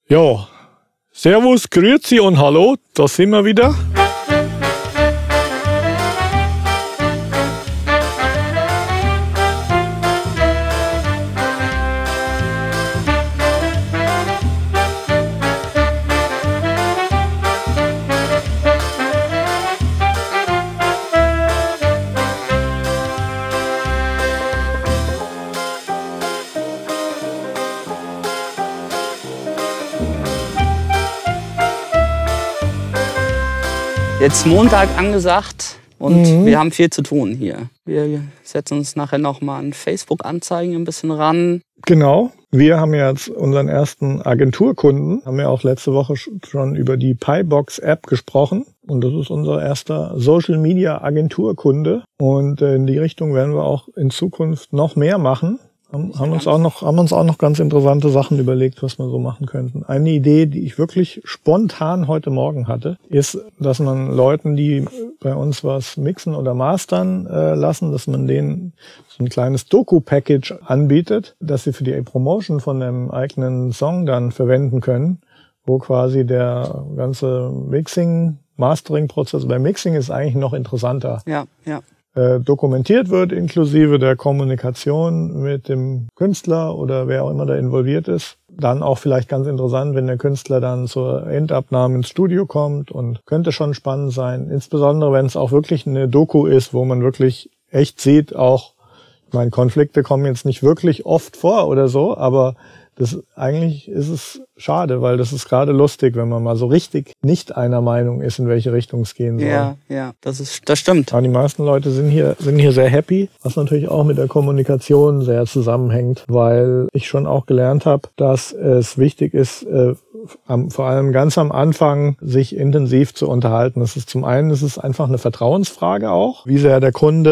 Ja, servus, grüezi und hallo, da sind wir wieder. Jetzt Montag angesagt und wir haben viel zu tun hier. Wir setzen uns nachher noch mal an Facebook-Anzeigen ein bisschen ran. Genau, wir haben jetzt unseren ersten Agenturkunden, haben ja auch letzte Woche schon über die Pibox-App gesprochen. Und das ist unser erster Social-Media-Agenturkunde. Und in die Richtung werden wir auch in Zukunft noch mehr machen. Haben uns auch noch ganz interessante Sachen überlegt, was wir so machen könnten. Eine Idee, die ich wirklich spontan heute Morgen hatte, ist, dass man Leuten, die bei uns was mixen oder mastern lassen, dass man denen so ein kleines Doku-Package anbietet, dass sie für die Promotion von einem eigenen Song dann verwenden können, wo quasi der ganze Mixing-Mastering-Prozess, bei Mixing ist eigentlich noch interessanter. Ja. Dokumentiert wird, inklusive der Kommunikation mit dem Künstler oder wer auch immer da involviert ist. Dann auch vielleicht ganz interessant, wenn der Künstler dann zur Endabnahme ins Studio kommt und könnte schon spannend sein. Insbesondere, wenn es auch wirklich eine Doku ist, wo man wirklich echt sieht, auch, ich meine, Konflikte kommen jetzt nicht wirklich oft vor oder so, aber eigentlich ist es schade, weil das ist gerade lustig, wenn man mal so richtig nicht einer Meinung ist, in welche Richtung es gehen soll. Ja, das stimmt. Aber die meisten Leute sind hier sehr happy, was natürlich auch mit der Kommunikation sehr zusammenhängt, weil ich schon auch gelernt habe, dass es wichtig ist, vor allem ganz am Anfang sich intensiv zu unterhalten. Zum einen ist es einfach eine Vertrauensfrage auch, wie sehr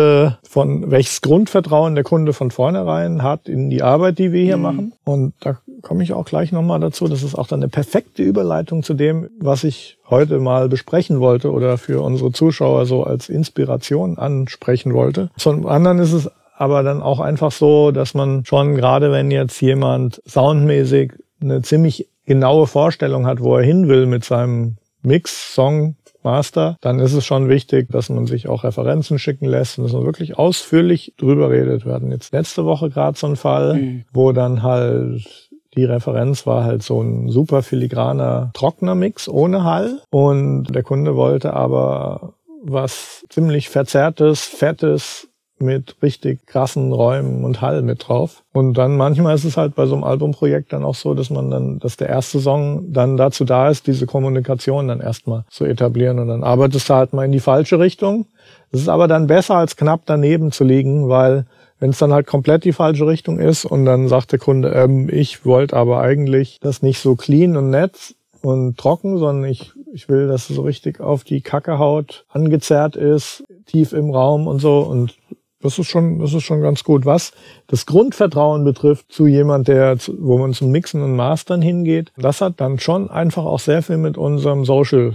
welches Grundvertrauen der Kunde von vornherein hat in die Arbeit, die wir hier machen. Und da komme ich auch gleich nochmal dazu. Das ist auch dann eine perfekte Überleitung zu dem, was ich heute mal besprechen wollte oder für unsere Zuschauer so als Inspiration ansprechen wollte. Zum anderen ist es aber dann auch einfach so, dass man schon, gerade wenn jetzt jemand soundmäßig eine ziemlich genaue Vorstellung hat, wo er hin will mit seinem Mix, Song, Master, dann ist es schon wichtig, dass man sich auch Referenzen schicken lässt und dass man wirklich ausführlich drüber redet. Wir hatten jetzt letzte Woche gerade so einen Fall, wo dann halt die Referenz war halt so ein super filigraner, trockener Mix ohne Hall und der Kunde wollte aber was ziemlich Verzerrtes, Fettes mit richtig krassen Räumen und Hall mit drauf. Und dann manchmal ist es halt bei so einem Albumprojekt dann auch so, dass der erste Song dann dazu da ist, diese Kommunikation dann erstmal zu etablieren und dann arbeitest du halt mal in die falsche Richtung. Es ist aber dann besser, als knapp daneben zu liegen, weil wenn es dann halt komplett die falsche Richtung ist und dann sagt der Kunde, ich wollte aber eigentlich das nicht so clean und nett und trocken, sondern ich will, dass es so richtig auf die Kackehaut angezerrt ist, tief im Raum und so, und das ist schon ganz gut. Was das Grundvertrauen betrifft zu jemand, wo man zum Mixen und Mastern hingeht, das hat dann schon einfach auch sehr viel mit unseren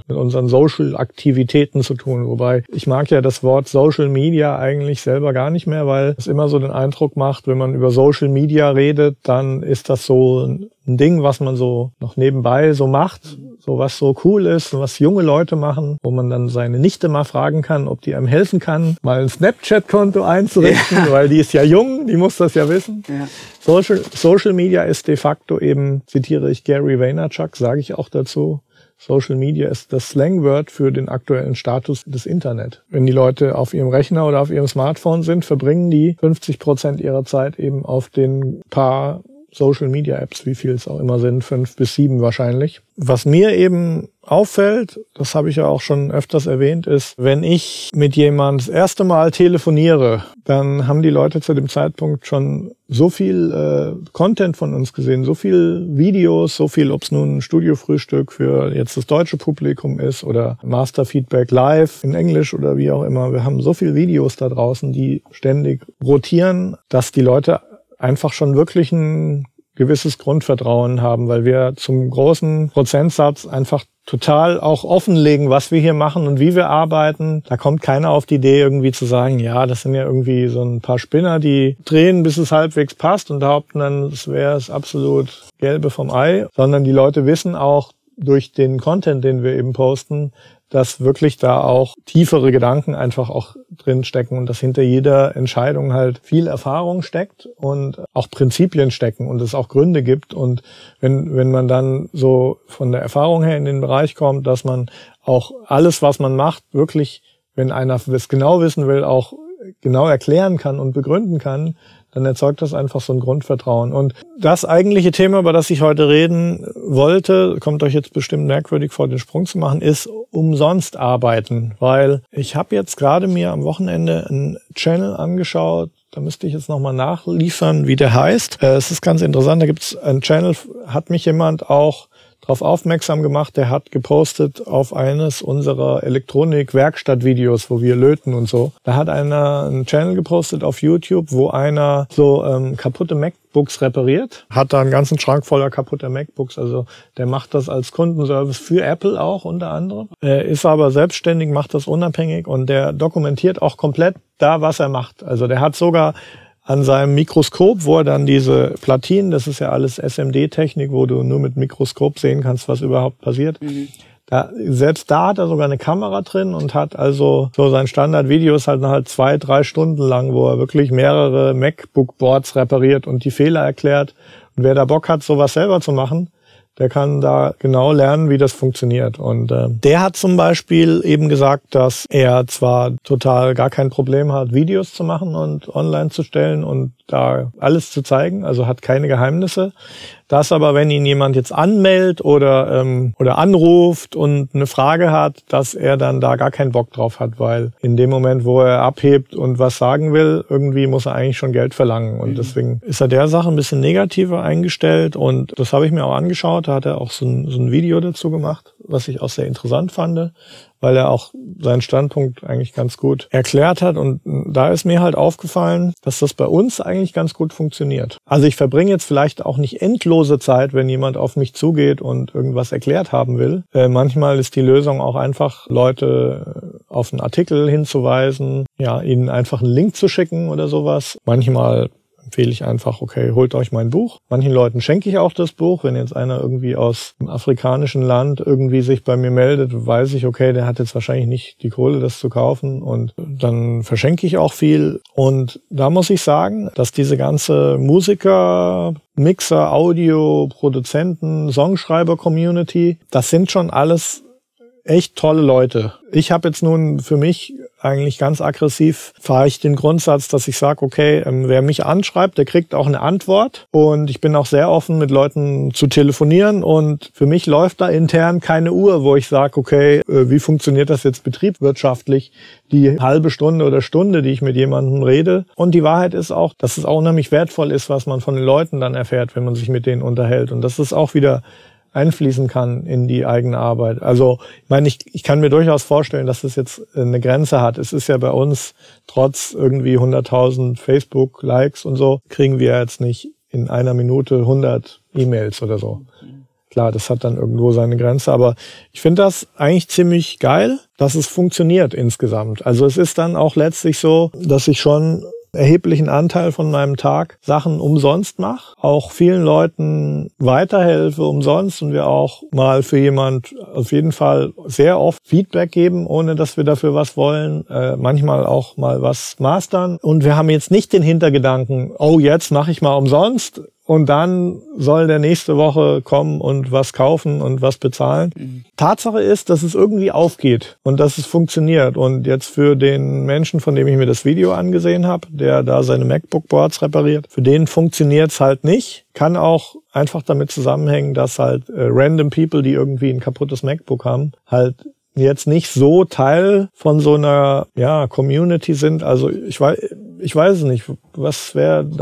Social-Aktivitäten zu tun. Wobei, ich mag ja das Wort Social Media eigentlich selber gar nicht mehr, weil es immer so den Eindruck macht, wenn man über Social Media redet, dann ist das so ein Ding, was man so noch nebenbei so macht, so was so cool ist, was junge Leute machen, wo man dann seine Nichte mal fragen kann, ob die einem helfen kann, mal ein Snapchat-Konto einzurichten, weil die ist ja jung, die muss das ja wissen. Ja. Social Media ist de facto eben, zitiere ich Gary Vaynerchuk, sage ich auch dazu, Social Media ist das Slangwort für den aktuellen Status des Internet. Wenn die Leute auf ihrem Rechner oder auf ihrem Smartphone sind, verbringen die 50% ihrer Zeit eben auf den paar Social-Media-Apps, wie viel es auch immer sind, 5 bis 7 wahrscheinlich. Was mir eben auffällt, das habe ich ja auch schon öfters erwähnt, ist, wenn ich mit jemand das erste Mal telefoniere, dann haben die Leute zu dem Zeitpunkt schon so viel Content von uns gesehen, so viel Videos, so viel, ob es nun ein Studiofrühstück für jetzt das deutsche Publikum ist oder Master Feedback live in Englisch oder wie auch immer. Wir haben so viel Videos da draußen, die ständig rotieren, dass die Leute einfach schon wirklich ein gewisses Grundvertrauen haben, weil wir zum großen Prozentsatz einfach total auch offenlegen, was wir hier machen und wie wir arbeiten. Da kommt keiner auf die Idee, irgendwie zu sagen, ja, das sind ja irgendwie so ein paar Spinner, die drehen, bis es halbwegs passt und behaupten dann, es wäre es absolut Gelbe vom Ei, sondern die Leute wissen auch durch den Content, den wir eben posten, dass wirklich da auch tiefere Gedanken einfach auch drin stecken und dass hinter jeder Entscheidung halt viel Erfahrung steckt und auch Prinzipien stecken und es auch Gründe gibt. Und wenn man dann so von der Erfahrung her in den Bereich kommt, dass man auch alles, was man macht, wirklich, wenn einer es genau wissen will, auch genau erklären kann und begründen kann, dann erzeugt das einfach so ein Grundvertrauen. Und das eigentliche Thema, über das ich heute reden wollte, kommt euch jetzt bestimmt merkwürdig vor, den Sprung zu machen, ist umsonst arbeiten. Weil ich habe jetzt gerade mir am Wochenende einen Channel angeschaut, da müsste ich jetzt nochmal nachliefern, wie der heißt. Es ist ganz interessant, da gibt es einen Channel, hat mich jemand auch darauf aufmerksam gemacht, der hat gepostet auf eines unserer Elektronik-Werkstatt-Videos, wo wir löten und so. Da hat einer einen Channel gepostet auf YouTube, wo einer so kaputte MacBooks repariert. Hat da einen ganzen Schrank voller kaputter MacBooks. Also der macht das als Kundenservice für Apple auch unter anderem. Ist aber selbstständig, macht das unabhängig und der dokumentiert auch komplett da, was er macht. Also der hat sogar an seinem Mikroskop, wo er dann diese Platinen, das ist ja alles SMD-Technik, wo du nur mit Mikroskop sehen kannst, was überhaupt passiert. Mhm. Selbst da hat er sogar eine Kamera drin und hat also so sein Standardvideo ist halt 2-3 Stunden lang, wo er wirklich mehrere MacBook-Boards repariert und die Fehler erklärt. Und wer da Bock hat, sowas selber zu machen, der kann da genau lernen, wie das funktioniert. Und der hat zum Beispiel eben gesagt, dass er zwar total gar kein Problem hat, Videos zu machen und online zu stellen und da alles zu zeigen, also hat keine Geheimnisse. Das aber, wenn ihn jemand jetzt anmeldet oder anruft und eine Frage hat, dass er dann da gar keinen Bock drauf hat, weil in dem Moment, wo er abhebt und was sagen will, irgendwie muss er eigentlich schon Geld verlangen. Und deswegen ist er der Sache ein bisschen negativer eingestellt und das habe ich mir auch angeschaut. Da hat er auch so ein Video dazu gemacht, was ich auch sehr interessant fand, weil er auch seinen Standpunkt eigentlich ganz gut erklärt hat. Und da ist mir halt aufgefallen, dass das bei uns eigentlich ganz gut funktioniert. Also ich verbringe jetzt vielleicht auch nicht endlose Zeit, wenn jemand auf mich zugeht und irgendwas erklärt haben will. Manchmal ist die Lösung auch einfach, Leute auf einen Artikel hinzuweisen, ja, ihnen einfach einen Link zu schicken oder sowas. Manchmal empfehle ich einfach, okay, holt euch mein Buch. Manchen Leuten schenke ich auch das Buch. Wenn jetzt einer irgendwie aus einem afrikanischen Land irgendwie sich bei mir meldet, weiß ich, okay, der hat jetzt wahrscheinlich nicht die Kohle, das zu kaufen und dann verschenke ich auch viel. Und da muss ich sagen, dass diese ganze Musiker, Mixer, Audio, Produzenten, Songschreiber-Community, das sind schon alles echt tolle Leute. Ich habe jetzt nun für mich eigentlich ganz aggressiv, fahre ich den Grundsatz, dass ich sage, okay, wer mich anschreibt, der kriegt auch eine Antwort. Und ich bin auch sehr offen, mit Leuten zu telefonieren. Und für mich läuft da intern keine Uhr, wo ich sage, okay, wie funktioniert das jetzt betriebswirtschaftlich, die halbe Stunde oder Stunde, die ich mit jemandem rede. Und die Wahrheit ist auch, dass es auch unheimlich wertvoll ist, was man von den Leuten dann erfährt, wenn man sich mit denen unterhält. Und das ist auch wieder einfließen kann in die eigene Arbeit. Also ich meine, ich kann mir durchaus vorstellen, dass es jetzt eine Grenze hat. Es ist ja bei uns, trotz irgendwie 100.000 Facebook-Likes und so, kriegen wir jetzt nicht in einer Minute 100 E-Mails oder so. Klar, das hat dann irgendwo seine Grenze, aber ich finde das eigentlich ziemlich geil, dass es funktioniert insgesamt. Also es ist dann auch letztlich so, dass ich schon erheblichen Anteil von meinem Tag Sachen umsonst mache, auch vielen Leuten weiterhelfe umsonst und wir auch mal für jemand auf jeden Fall sehr oft Feedback geben, ohne dass wir dafür was wollen, manchmal auch mal was mastern und wir haben jetzt nicht den Hintergedanken, oh, jetzt mache ich mal umsonst und dann soll der nächste Woche kommen und was kaufen und was bezahlen. Mhm. Tatsache ist, dass es irgendwie aufgeht und dass es funktioniert. Und jetzt für den Menschen, von dem ich mir das Video angesehen habe, der da seine MacBook-Boards repariert, für den funktioniert es halt nicht. Kann auch einfach damit zusammenhängen, dass halt random People, die irgendwie ein kaputtes MacBook haben, halt jetzt nicht so Teil von so einer Community sind. Also ich weiß es nicht. Was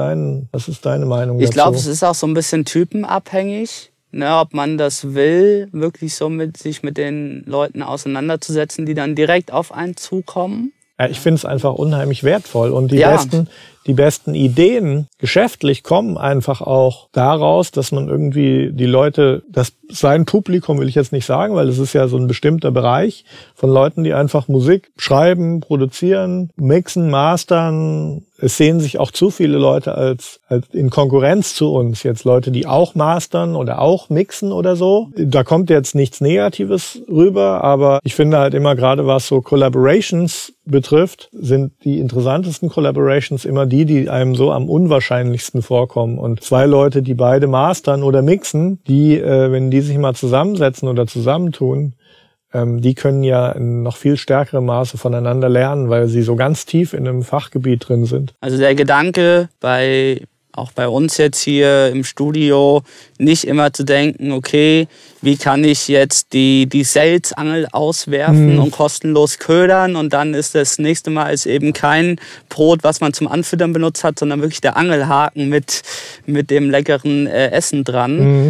ist deine Meinung dazu? Ich glaube, es ist auch so ein bisschen typenabhängig, ne, ob man das will, wirklich so sich mit den Leuten auseinanderzusetzen, die dann direkt auf einen zukommen. Ja, ich finde es einfach unheimlich wertvoll. Und die die besten Ideen geschäftlich kommen einfach auch daraus, dass man irgendwie die Leute, sein Publikum will ich jetzt nicht sagen, weil es ist ja so ein bestimmter Bereich von Leuten, die einfach Musik schreiben, produzieren, mixen, mastern. Es sehen sich auch zu viele Leute als in Konkurrenz zu uns. Jetzt Leute, die auch mastern oder auch mixen oder so. Da kommt jetzt nichts Negatives rüber, aber ich finde halt immer, gerade was so Collaborations betrifft, sind die interessantesten Collaborations immer die einem so am unwahrscheinlichsten vorkommen. Und zwei Leute, die beide mastern oder mixen, die, wenn die sich mal zusammensetzen oder zusammentun, die können ja in noch viel stärkerem Maße voneinander lernen, weil sie so ganz tief in einem Fachgebiet drin sind. Also der Gedanke auch bei uns jetzt hier im Studio, nicht immer zu denken, okay, wie kann ich jetzt die Salzangel auswerfen und kostenlos ködern, und dann ist das nächste Mal ist eben kein Brot, was man zum Anfüttern benutzt hat, sondern wirklich der Angelhaken mit dem leckeren Essen dran.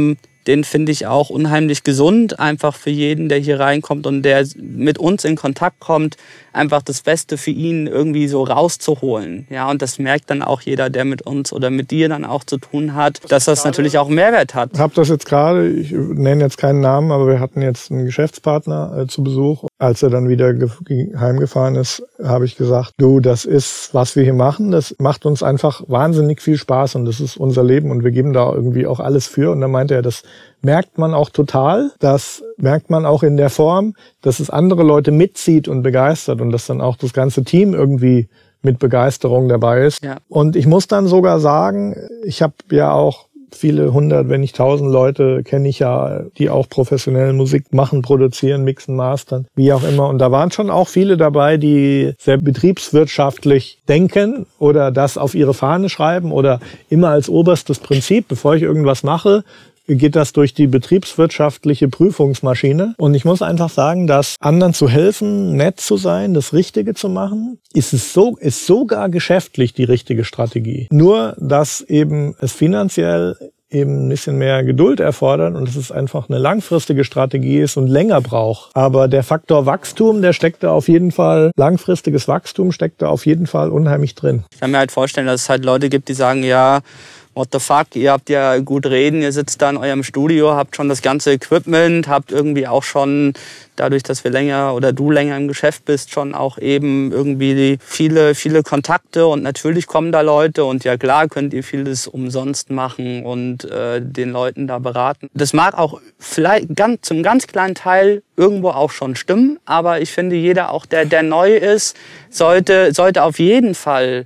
Den finde ich auch unheimlich gesund, einfach für jeden, der hier reinkommt und der mit uns in Kontakt kommt, einfach das Beste für ihn irgendwie so rauszuholen. Ja, und das merkt dann auch jeder, der mit uns oder mit dir dann auch zu tun hat, dass das natürlich auch einen Mehrwert hat. Ich habe das jetzt gerade, ich nenne jetzt keinen Namen, aber wir hatten jetzt einen Geschäftspartner zu Besuch. Als er dann wieder heimgefahren ist, habe ich gesagt, du, das ist, was wir hier machen, das macht uns einfach wahnsinnig viel Spaß und das ist unser Leben und wir geben da irgendwie auch alles für. Und dann meinte er, das merkt man auch total, das merkt man auch in der Form, dass es andere Leute mitzieht und begeistert und dass dann auch das ganze Team irgendwie mit Begeisterung dabei ist. Ja. Und ich muss dann sogar sagen, ich habe ja auch viele 100, wenn nicht 1000 Leute kenne ich ja, die auch professionell Musik machen, produzieren, mixen, mastern, wie auch immer. Und da waren schon auch viele dabei, die sehr betriebswirtschaftlich denken oder das auf ihre Fahne schreiben oder immer als oberstes Prinzip, bevor ich irgendwas mache, geht das durch die betriebswirtschaftliche Prüfungsmaschine. Und ich muss einfach sagen, dass anderen zu helfen, nett zu sein, das Richtige zu machen, ist sogar geschäftlich die richtige Strategie. Nur, dass eben es finanziell eben ein bisschen mehr Geduld erfordert und dass es einfach eine langfristige Strategie ist und länger braucht. Aber der Faktor Wachstum, der steckt da auf jeden Fall, langfristiges Wachstum steckt da auf jeden Fall unheimlich drin. Ich kann mir halt vorstellen, dass es halt Leute gibt, die sagen, ja, what the fuck, ihr habt ja gut reden, ihr sitzt da in eurem Studio, habt schon das ganze Equipment, habt irgendwie auch schon, dadurch, dass wir länger oder du länger im Geschäft bist, schon auch eben irgendwie viele Kontakte und natürlich kommen da Leute und ja klar könnt ihr vieles umsonst machen und den Leuten da beraten. Das mag auch vielleicht zum ganz kleinen Teil irgendwo auch schon stimmen, aber ich finde, jeder auch, der neu ist, sollte auf jeden Fall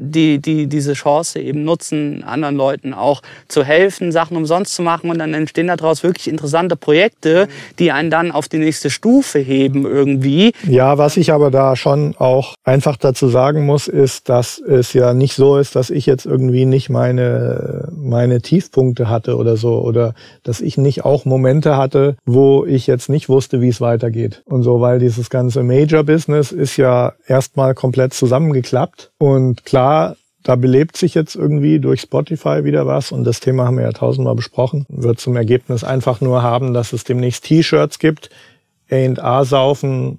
diese Chance eben nutzen, anderen Leuten auch zu helfen, Sachen umsonst zu machen und dann entstehen daraus wirklich interessante Projekte, die einen dann auf die nächste Stufe heben irgendwie. Ja, was ich aber da schon auch einfach dazu sagen muss, ist, dass es ja nicht so ist, dass ich jetzt irgendwie nicht meine Tiefpunkte hatte oder so oder dass ich nicht auch Momente hatte, wo ich jetzt nicht wusste, wie es weitergeht und so, weil dieses ganze Major-Business ist ja erstmal komplett zusammengeklappt und klar, da belebt sich jetzt irgendwie durch Spotify wieder was und das Thema haben wir ja 1000-mal besprochen. Wird zum Ergebnis einfach nur haben, dass es demnächst T-Shirts gibt, A&A saufen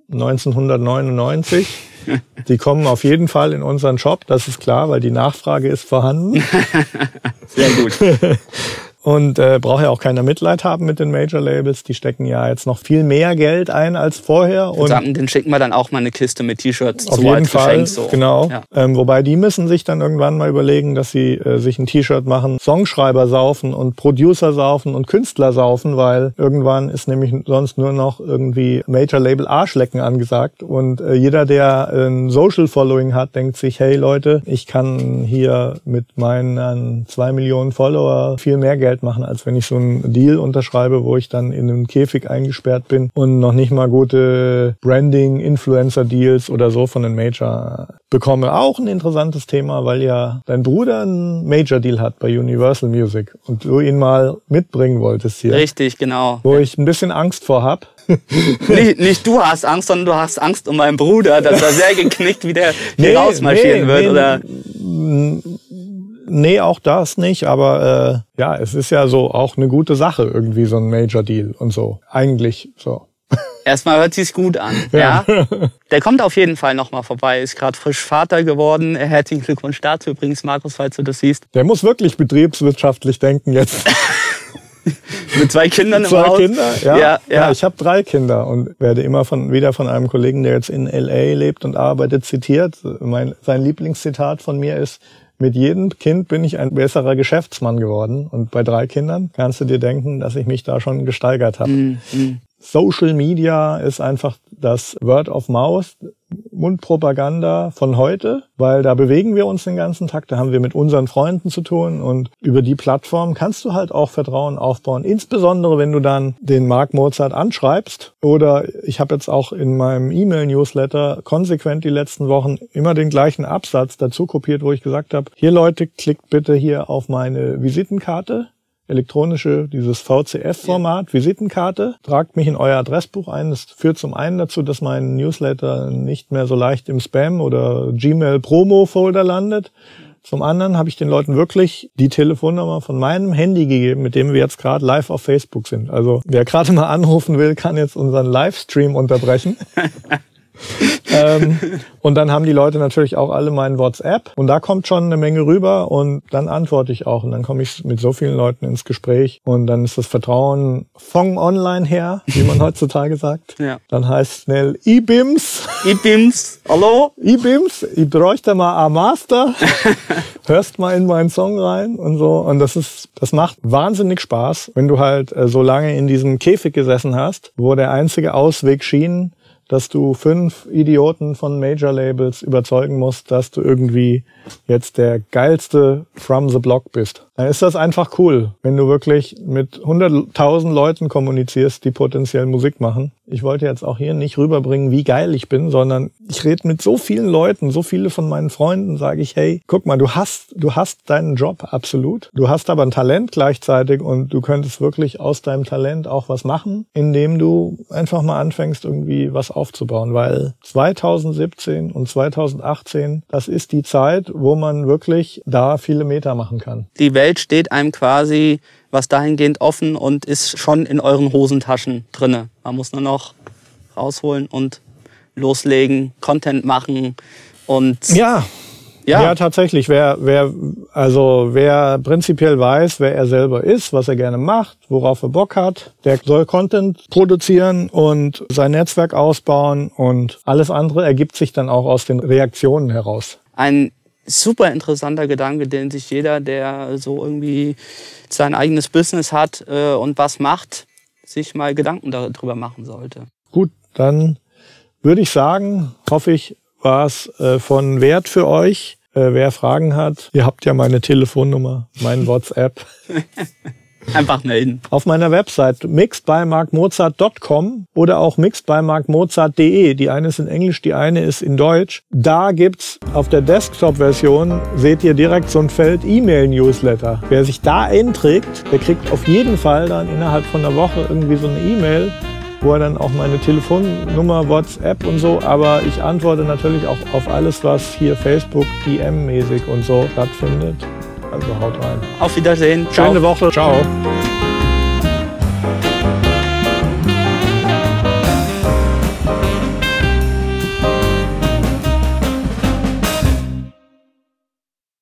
1999. Die kommen auf jeden Fall in unseren Shop, das ist klar, weil die Nachfrage ist vorhanden. Sehr gut. Und braucht ja auch keiner Mitleid haben mit den Major-Labels. Die stecken ja jetzt noch viel mehr Geld ein als vorher. Und den schicken wir dann auch mal eine Kiste mit T-Shirts zu. Auf jeden Fall, so. Genau. Ja. Wobei die müssen sich dann irgendwann mal überlegen, dass sie sich ein T-Shirt machen, Songschreiber saufen und Producer saufen und Künstler saufen, weil irgendwann ist nämlich sonst nur noch irgendwie Major-Label Arschlecken angesagt. Und jeder, der ein Social-Following hat, denkt sich, hey Leute, ich kann hier mit meinen 2 Millionen Follower viel mehr Geld machen, als wenn ich so einen Deal unterschreibe, wo ich dann in einem Käfig eingesperrt bin und noch nicht mal gute Branding-Influencer-Deals oder so von den Major bekomme. Auch ein interessantes Thema, weil ja dein Bruder einen Major-Deal hat bei Universal Music und du ihn mal mitbringen wolltest hier. Richtig, genau. Wo ich ein bisschen Angst vor hab. Nicht du hast Angst, sondern du hast Angst um meinen Bruder, dass er sehr geknickt wieder hier rausmarschieren wird, oder? Nee, auch das nicht, aber ja, es ist ja so auch eine gute Sache, irgendwie so ein Major-Deal und so. Eigentlich so. Erstmal hört sich's gut an. Ja. Der kommt auf jeden Fall nochmal vorbei. Ist gerade frisch Vater geworden. Herzlichen Glückwunsch dazu übrigens, Markus, falls du das siehst. Der muss wirklich betriebswirtschaftlich denken jetzt. Mit 2 Kindern im Haus. 2 Kinder? Ja, ich habe 3 Kinder und werde immer wieder von einem Kollegen, der jetzt in L.A. lebt und arbeitet, zitiert. Sein Lieblingszitat von mir ist: Mit jedem Kind bin ich ein besserer Geschäftsmann geworden. Und bei 3 Kindern kannst du dir denken, dass ich mich da schon gesteigert habe. Social Media ist einfach das Word of Mouth, Mundpropaganda von heute, weil da bewegen wir uns den ganzen Tag, da haben wir mit unseren Freunden zu tun und über die Plattform kannst du halt auch Vertrauen aufbauen, insbesondere wenn du dann den Mark Mozart anschreibst. Oder ich habe jetzt auch in meinem E-Mail-Newsletter konsequent die letzten Wochen immer den gleichen Absatz dazu kopiert, wo ich gesagt habe, hier Leute, klickt bitte hier auf meine Visitenkarte, elektronische, dieses VCF-Format, Visitenkarte, tragt mich in euer Adressbuch ein. Das führt zum einen dazu, dass mein Newsletter nicht mehr so leicht im Spam- oder Gmail-Promo-Folder landet. Zum anderen habe ich den Leuten wirklich die Telefonnummer von meinem Handy gegeben, mit dem wir jetzt gerade live auf Facebook sind. Also wer gerade mal anrufen will, kann jetzt unseren Livestream unterbrechen. Und dann haben die Leute natürlich auch alle meinen WhatsApp und da kommt schon eine Menge rüber und dann antworte ich auch und dann komme ich mit so vielen Leuten ins Gespräch und dann ist das Vertrauen von online her, wie man heutzutage sagt. Ja. Dann heißt es schnell IBIMS. IBIMS, hallo? IBIMS, ich bräuchte mal ein Master. Hörst mal in meinen Song rein und so und das macht wahnsinnig Spaß, wenn du halt so lange in diesem Käfig gesessen hast, wo der einzige Ausweg schien, dass du 5 Idioten von Major-Labels überzeugen musst, dass du irgendwie jetzt der geilste from the block bist. Dann ist das einfach cool, wenn du wirklich mit 100.000 Leuten kommunizierst, die potenziell Musik machen. Ich wollte jetzt auch hier nicht rüberbringen, wie geil ich bin, sondern ich rede mit so vielen Leuten, so viele von meinen Freunden, sage ich, hey, guck mal, du hast deinen Job absolut. Du hast aber ein Talent gleichzeitig und du könntest wirklich aus deinem Talent auch was machen, indem du einfach mal anfängst, irgendwie was aufzubauen, weil 2017 und 2018, das ist die Zeit, wo man wirklich da viele Meter machen kann. Die Welt steht einem quasi was dahingehend offen und ist schon in euren Hosentaschen drinne. Man muss nur noch rausholen und loslegen, Content machen und ja, tatsächlich. Wer prinzipiell weiß, wer er selber ist, was er gerne macht, worauf er Bock hat, der soll Content produzieren und sein Netzwerk ausbauen und alles andere ergibt sich dann auch aus den Reaktionen heraus. Ein super interessanter Gedanke, den sich jeder, der so irgendwie sein eigenes Business hat und was macht, sich mal Gedanken darüber machen sollte. Gut, dann würde ich sagen, hoffe ich, war es von Wert für euch. Wer Fragen hat, ihr habt ja meine Telefonnummer, mein WhatsApp. Einfach melden. Auf meiner Website mixedbymarkmozart.com oder auch mixedbymarkmozart.de. Die eine ist in Englisch, die eine ist in Deutsch. Da gibt's auf der Desktop-Version, seht ihr direkt so ein Feld E-Mail-Newsletter. Wer sich da einträgt, der kriegt auf jeden Fall dann innerhalb von einer Woche irgendwie so eine E-Mail, wo er dann auch meine Telefonnummer, WhatsApp und so, aber ich antworte natürlich auch auf alles, was hier Facebook, DM-mäßig und so stattfindet. Also haut rein. Auf Wiedersehen. Schöne Woche. Ciao.